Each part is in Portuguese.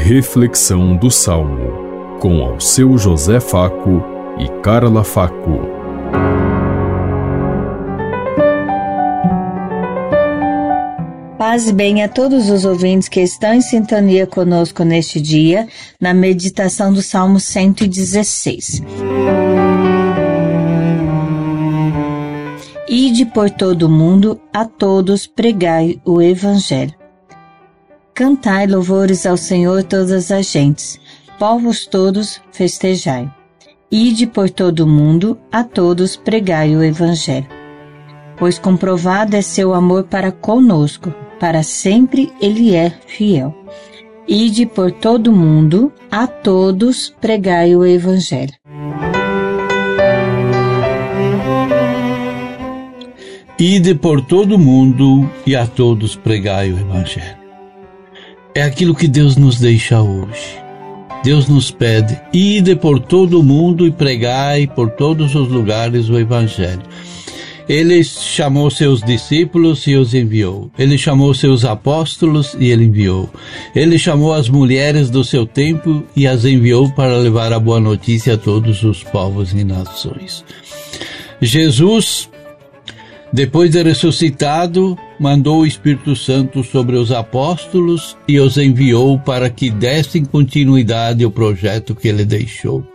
Reflexão do Salmo, com Alceu José Faco e Carla Faco. Paz e bem a todos os ouvintes que estão em sintonia conosco neste dia, na meditação do Salmo 116. Ide por todo o mundo, a todos pregai o Evangelho. Cantai louvores ao Senhor todas as gentes, povos todos festejai. Ide por todo o mundo, a todos pregai o Evangelho. Pois comprovado é seu amor para conosco, para sempre ele é fiel. Ide por todo o mundo, a todos pregai o Evangelho. Ide por todo o mundo e a todos pregai o Evangelho. É aquilo que Deus nos deixa hoje. Deus nos pede, ide por todo o mundo e pregai por todos os lugares o Evangelho. Ele chamou seus discípulos e os enviou. Ele chamou seus apóstolos e ele enviou. Ele chamou as mulheres do seu tempo e as enviou para levar a boa notícia a todos os povos e nações. Jesus, depois de ressuscitado, mandou o Espírito Santo sobre os apóstolos e os enviou para que dessem continuidade ao projeto que ele deixou.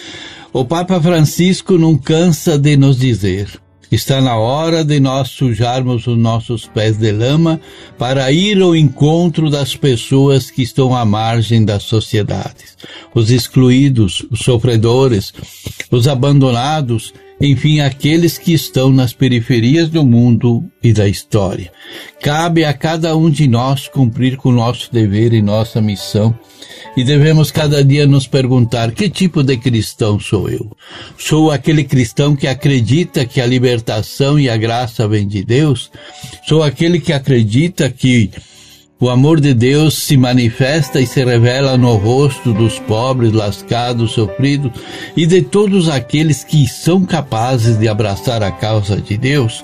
O Papa Francisco não cansa de nos dizer: está na hora de nós sujarmos os nossos pés de lama para ir ao encontro das pessoas que estão à margem das sociedades, os excluídos, os sofredores, os abandonados, enfim, aqueles que estão nas periferias do mundo e da história. Cabe a cada um de nós cumprir com o nosso dever e nossa missão, e devemos cada dia nos perguntar: que tipo de cristão sou eu? Sou aquele cristão que acredita que a libertação e a graça vem de Deus? Sou aquele que acredita que o amor de Deus se manifesta e se revela no rosto dos pobres, lascados, sofridos e de todos aqueles que são capazes de abraçar a causa de Deus?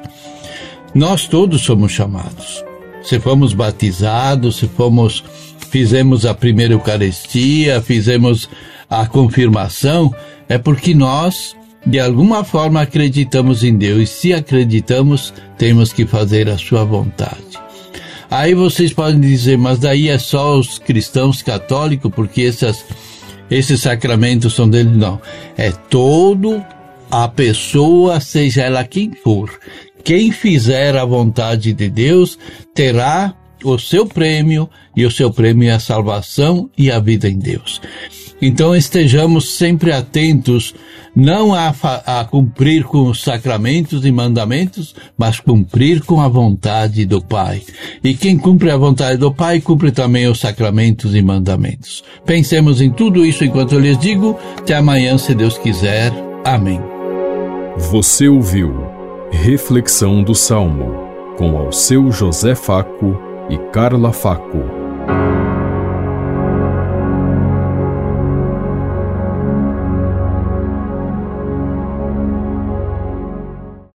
Nós todos somos chamados. Se fomos batizados, fizemos a primeira Eucaristia, fizemos a confirmação, é porque nós, de alguma forma, acreditamos em Deus. E se acreditamos, temos que fazer a sua vontade. Aí vocês podem dizer, mas daí é só os cristãos católicos, porque esses sacramentos são deles? Não. É todo a pessoa, seja ela quem for. Quem fizer a vontade de Deus terá o seu prêmio, e o seu prêmio é a salvação e a vida em Deus. Então estejamos sempre atentos, não a cumprir com os sacramentos e mandamentos, mas cumprir com a vontade do Pai. E quem cumpre a vontade do Pai, cumpre também os sacramentos e mandamentos. Pensemos em tudo isso enquanto eu lhes digo. Até amanhã, se Deus quiser. Amém. Você ouviu Reflexão do Salmo, com Alceu José Faco e Carla Faco.